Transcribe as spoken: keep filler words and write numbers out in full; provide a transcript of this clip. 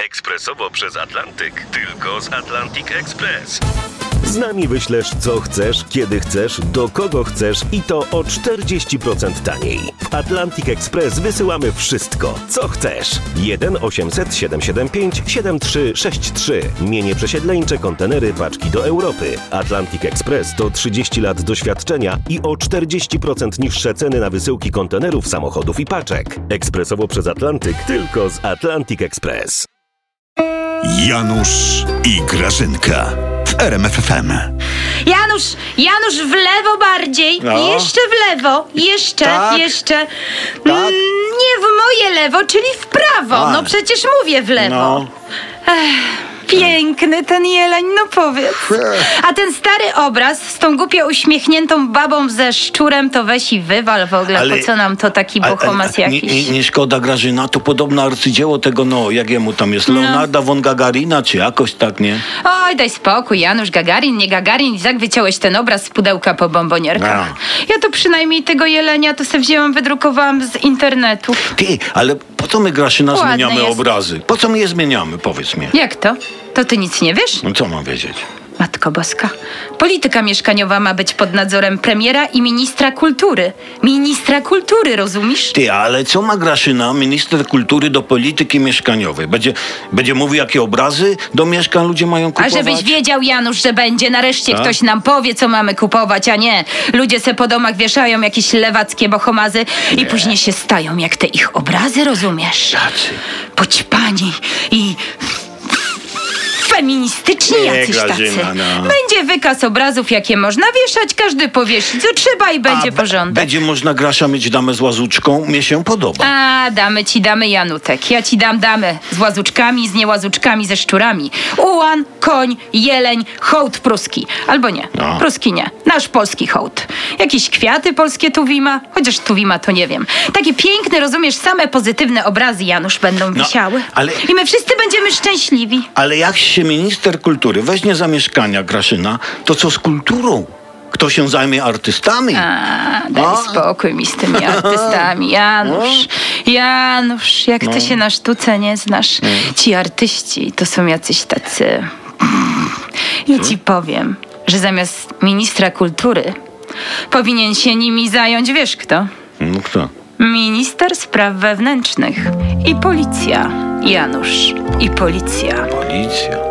Ekspresowo przez Atlantyk. Tylko z Atlantic Express. Z nami wyślesz co chcesz, kiedy chcesz, do kogo chcesz i to o czterdzieści procent taniej. W Atlantic Express wysyłamy wszystko, co chcesz. jeden osiemset siedemset siedemdziesiąt pięć siedemdziesiąt trzy sześćdziesiąt trzy. Mienie przesiedleńcze, kontenery, paczki do Europy. Atlantic Express to trzydzieści lat doświadczenia i o czterdzieści procent niższe ceny na wysyłki kontenerów, samochodów i paczek. Ekspresowo przez Atlantyk, tylko z Atlantic Express. Janusz i Grażynka w R M F F M. Janusz, Janusz, w lewo bardziej. No. Jeszcze w lewo. Jeszcze, Tak. jeszcze. Tak. Mm, nie w moje lewo, czyli w prawo. A. No przecież mówię w lewo. No. Ech, piękny ten jeleń, no powiedz. A ten stary obraz z tą głupio uśmiechniętą babą ze szczurem, to weź i wywal w ogóle. Ale- Po co nam to taki A- a- bohomas nie, jakiś? nie, nie szkoda, Grażyna, to podobno arcydzieło tego, no, jak jemu tam jest, Leonarda von Gagarina, czy jakoś tak, nie? Oj, daj spokój, Janusz, Gagarin, nie Gagarin. I tak wyciąłeś ten obraz z pudełka po bombonierkach. No. Ja to przynajmniej tego jelenia to sobie wzięłam, wydrukowałam z internetu. Ty, ale po co my, Grażyna, Ładny zmieniamy jest. obrazy? Po co my je zmieniamy, powiedz mi? Jak to? To ty nic nie wiesz? No co mam wiedzieć? Matko Boska. Polityka mieszkaniowa ma być pod nadzorem premiera i ministra kultury. Ministra kultury, rozumiesz? Ty, ale co ma Grażyna, minister kultury, do polityki mieszkaniowej? Będzie, będzie mówił, jakie obrazy do mieszkań ludzie mają A kupować? żebyś wiedział, Janusz, że będzie nareszcie Tak? ktoś nam powie, co mamy kupować, a nie. Ludzie se po domach wieszają jakieś lewackie bohomazy i później się stają jak te ich obrazy, rozumiesz? Tacy. Poćpani i feministyczni Nie, jacyś tacy. Grażyna, no. Będzie wykaz obrazów, jakie można wieszać, każdy powiesi, co trzeba i będzie A, be- porządek. Będzie można, Grasia, mieć damę z łazuczką? Mnie się podoba. A, damy ci, damy Janutek. Ja ci dam damę z łazuczkami, z niełazuczkami, ze szczurami. Ułan, koń, jeleń, hołd pruski. Albo nie, No. pruski nie. Nasz polski hołd. Jakieś kwiaty polskie tuwima, chociaż tuwima to nie wiem. Takie piękne, rozumiesz, same pozytywne obrazy, Janusz, będą No, wisiały. ale- I my wszyscy będziemy szczęśliwi. Ale jak się minister kultury weźmie za mieszkania, Graszyna, to co z kulturą? Kto się zajmie artystami? A, daj A? spokój mi z tymi artystami. Janusz, Janusz, jak ty się na sztuce nie znasz. Ci artyści to są jacyś tacy... Ja ci powiem, że zamiast ministra kultury powinien się nimi zająć, wiesz kto? No kto? Minister spraw wewnętrznych i policja. Janusz, i policja. Policja.